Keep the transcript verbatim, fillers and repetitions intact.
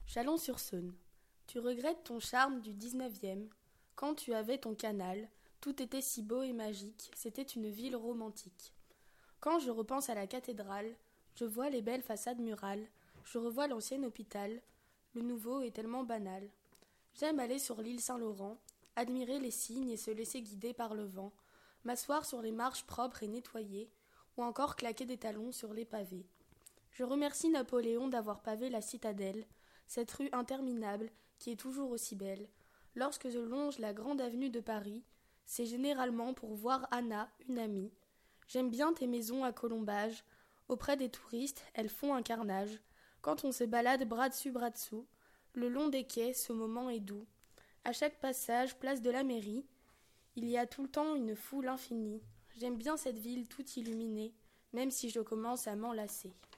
Chalon-sur-Saône. Tu regrettes ton charme du dix-neuvième. Quand tu avais ton canal, tout était si beau et magique, c'était une ville romantique. Quand je repense à la cathédrale, je vois les belles façades murales, je revois l'ancien hôpital, le nouveau est tellement banal. J'aime aller sur l'île Saint-Laurent, admirer les cygnes et se laisser guider par le vent, m'asseoir sur les marches propres et nettoyées, ou encore claquer des talons sur les pavés. Je remercie Napoléon d'avoir pavé la citadelle, cette rue interminable qui est toujours aussi belle. Lorsque je longe la grande avenue de Paris, c'est généralement pour voir Anna, une amie. J'aime bien tes maisons à colombages. Auprès des touristes, elles font un carnage. Quand on se balade bras dessus bras dessous, le long des quais, ce moment est doux. À chaque passage, place de la mairie, il y a tout le temps une foule infinie. J'aime bien cette ville toute illuminée, même si je commence à m'en lasser.